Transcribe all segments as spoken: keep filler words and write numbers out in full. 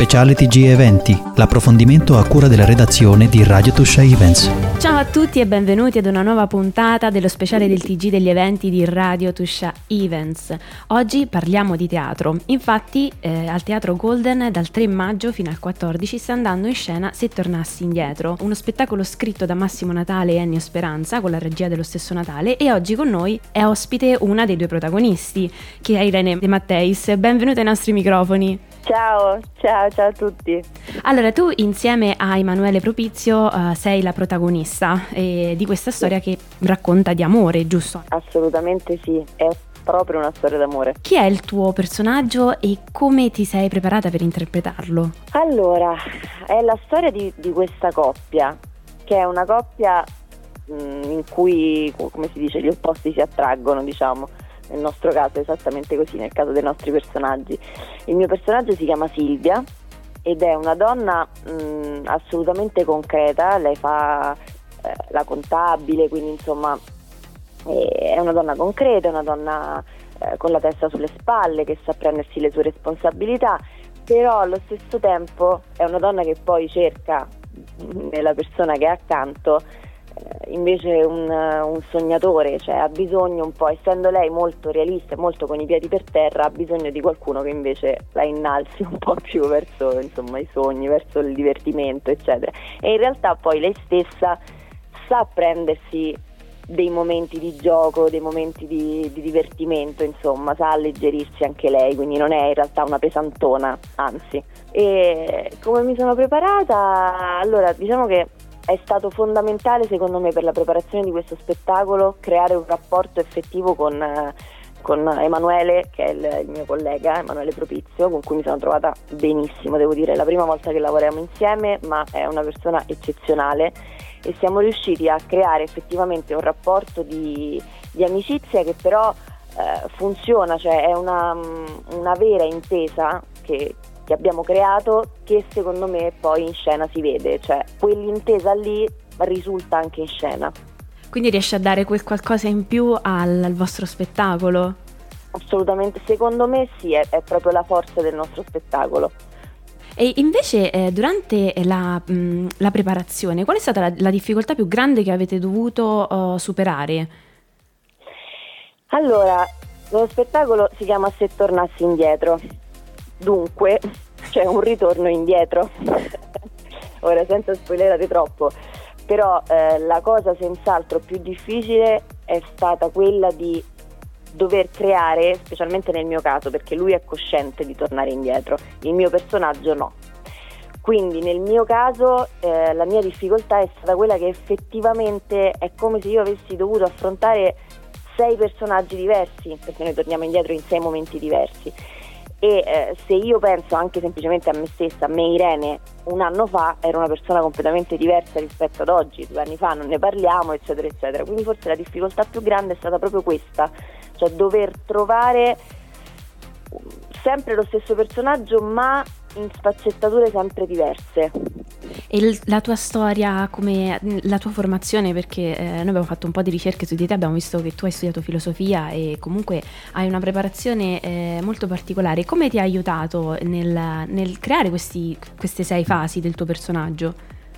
speciale T G Eventi, l'approfondimento a cura della redazione di Radio Tuscia Events. Ciao a tutti e benvenuti ad una nuova puntata dello speciale del T G degli eventi di Radio Tuscia Events. Oggi parliamo di teatro. Infatti eh, al Teatro Golden dal tre maggio fino al quattordici sta andando in scena Se tornassi indietro, uno spettacolo scritto da Massimo Natale e Ennio Speranza con la regia dello stesso Natale, e oggi con noi è ospite una dei due protagonisti, che è Irene De Matteis. Benvenuta ai nostri microfoni. Ciao, ciao, ciao a tutti. Allora, tu insieme a Emanuele Propizio uh, sei la protagonista eh, di questa storia che racconta di amore, giusto? Assolutamente sì, è proprio una storia d'amore. Chi è il tuo personaggio e come ti sei preparata per interpretarlo? Allora, è la storia di, di questa coppia, che è una coppia mh, in cui, come si dice, gli opposti si attraggono, diciamo. Nel nostro caso è esattamente così, nel caso dei nostri personaggi. Il mio personaggio si chiama Silvia ed è una donna mh, assolutamente concreta. Lei fa eh, la contabile, quindi insomma eh, è una donna concreta, è una donna eh, con la testa sulle spalle, che sa prendersi le sue responsabilità, però allo stesso tempo è una donna che poi cerca nella persona che è accanto invece un, un sognatore, cioè ha bisogno un po', essendo lei molto realista e molto con i piedi per terra, ha bisogno di qualcuno che invece la innalzi un po' più verso, insomma, i sogni, verso il divertimento, eccetera. E in realtà poi lei stessa sa prendersi dei momenti di gioco, dei momenti di, di divertimento, insomma, sa alleggerirsi anche lei, quindi non è in realtà una pesantona, anzi. E come mi sono preparata? Allora, diciamo che è stato fondamentale secondo me per la preparazione di questo spettacolo creare un rapporto effettivo con, con Emanuele, che è il, il mio collega, Emanuele Propizio, con cui mi sono trovata benissimo, devo dire, è la prima volta che lavoriamo insieme, ma è una persona eccezionale e siamo riusciti a creare effettivamente un rapporto di, di amicizia che però eh, funziona, cioè è una, una vera intesa che che abbiamo creato, che secondo me poi in scena si vede, cioè quell'intesa lì risulta anche in scena. Quindi riesce a dare quel qualcosa in più al, al vostro spettacolo? Assolutamente, secondo me sì, è, è proprio la forza del nostro spettacolo. E invece eh, durante la, mh, la preparazione, qual è stata la, la difficoltà più grande che avete dovuto uh, superare? Allora, lo spettacolo si chiama Se tornassi indietro. Dunque c'è un ritorno indietro, ora senza spoilerare troppo, però eh, la cosa senz'altro più difficile è stata quella di dover creare, specialmente nel mio caso, perché lui è cosciente di tornare indietro, il mio personaggio no. Quindi nel mio caso eh, la mia difficoltà è stata quella che effettivamente è come se io avessi dovuto affrontare sei personaggi diversi, perché noi torniamo indietro in sei momenti diversi. E eh, se io penso anche semplicemente a me stessa, a me Irene, un anno fa ero una persona completamente diversa rispetto ad oggi, due anni fa non ne parliamo, eccetera, eccetera. Quindi forse la difficoltà più grande è stata proprio questa, cioè dover trovare sempre lo stesso personaggio ma in sfaccettature sempre diverse. E il, la tua storia, come la tua formazione, perché eh, noi abbiamo fatto un po' di ricerche su di te, abbiamo visto che tu hai studiato filosofia e comunque hai una preparazione eh, molto particolare. Come ti ha aiutato nel, nel creare questi, queste sei fasi del tuo personaggio?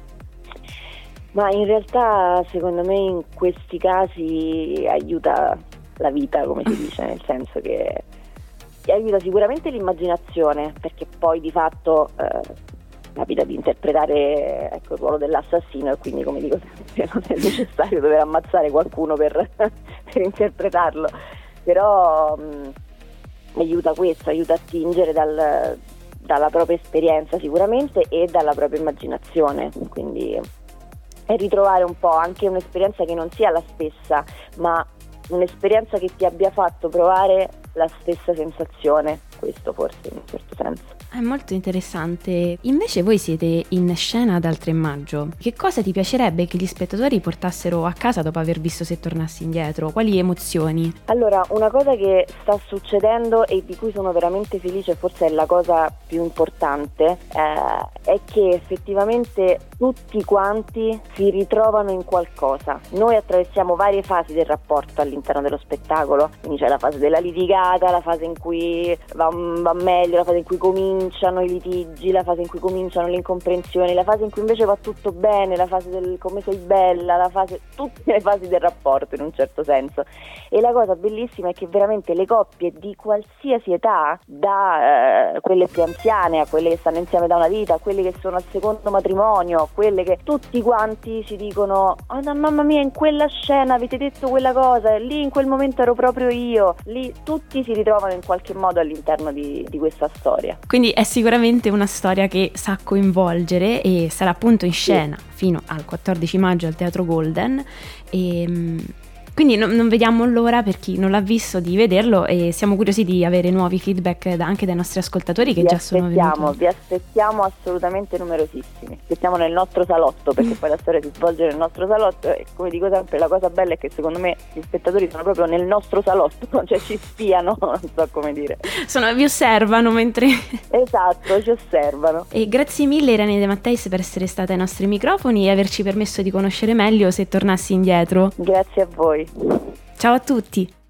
Ma in realtà secondo me in questi casi aiuta la vita, come si dice, nel senso che aiuta sicuramente l'immaginazione, perché poi di fatto eh, capita di interpretare, ecco, il ruolo dell'assassino e quindi, come dico sempre, non è necessario dover ammazzare qualcuno per, per interpretarlo, però mh, aiuta questo, aiuta a tingere dal, dalla propria esperienza sicuramente e dalla propria immaginazione, quindi è ritrovare un po' anche un'esperienza che non sia la stessa, ma un'esperienza che ti abbia fatto provare la stessa sensazione, questo forse in un certo senso. È molto interessante. Invece voi siete in scena dal tre maggio. Che cosa ti piacerebbe che gli spettatori portassero a casa dopo aver visto Se tornassi indietro? Quali emozioni? Allora, una cosa che sta succedendo e di cui sono veramente felice, forse è la cosa più importante, eh, è che effettivamente tutti quanti si ritrovano in qualcosa. Noi attraversiamo varie fasi del rapporto all'interno dello spettacolo, quindi c'è la fase della litigata, la fase in cui va va meglio, la fase in cui cominciano i litigi, la fase in cui cominciano le incomprensioni, la fase in cui invece va tutto bene, la fase del come sei bella, la fase, tutte le fasi del rapporto in un certo senso. E la cosa bellissima è che veramente le coppie di qualsiasi età, da eh, quelle più anziane a quelle che stanno insieme da una vita, a quelle che sono al secondo matrimonio, quelle che tutti quanti ci dicono oh no, mamma mia, in quella scena avete detto quella cosa, lì in quel momento ero proprio io, lì tutti si ritrovano in qualche modo all'interno di, di questa storia. Quindi è sicuramente una storia che sa coinvolgere e sarà appunto in scena sì. fino al quattordici maggio al Teatro Golden e quindi no, non vediamo l'ora, per chi non l'ha visto, di vederlo, e siamo curiosi di avere nuovi feedback da, anche dai nostri ascoltatori che vi già sono venuti. Vi aspettiamo assolutamente numerosissimi, aspettiamo nel nostro salotto, perché poi la storia si svolge nel nostro salotto e come dico sempre la cosa bella è che secondo me gli spettatori sono proprio nel nostro salotto, cioè ci spiano, non so come dire. Sono, vi osservano mentre... Esatto, ci osservano. E grazie mille Irene De Matteis per essere stata ai nostri microfoni e averci permesso di conoscere meglio Se tornassi indietro. Grazie a voi. Ciao a tutti.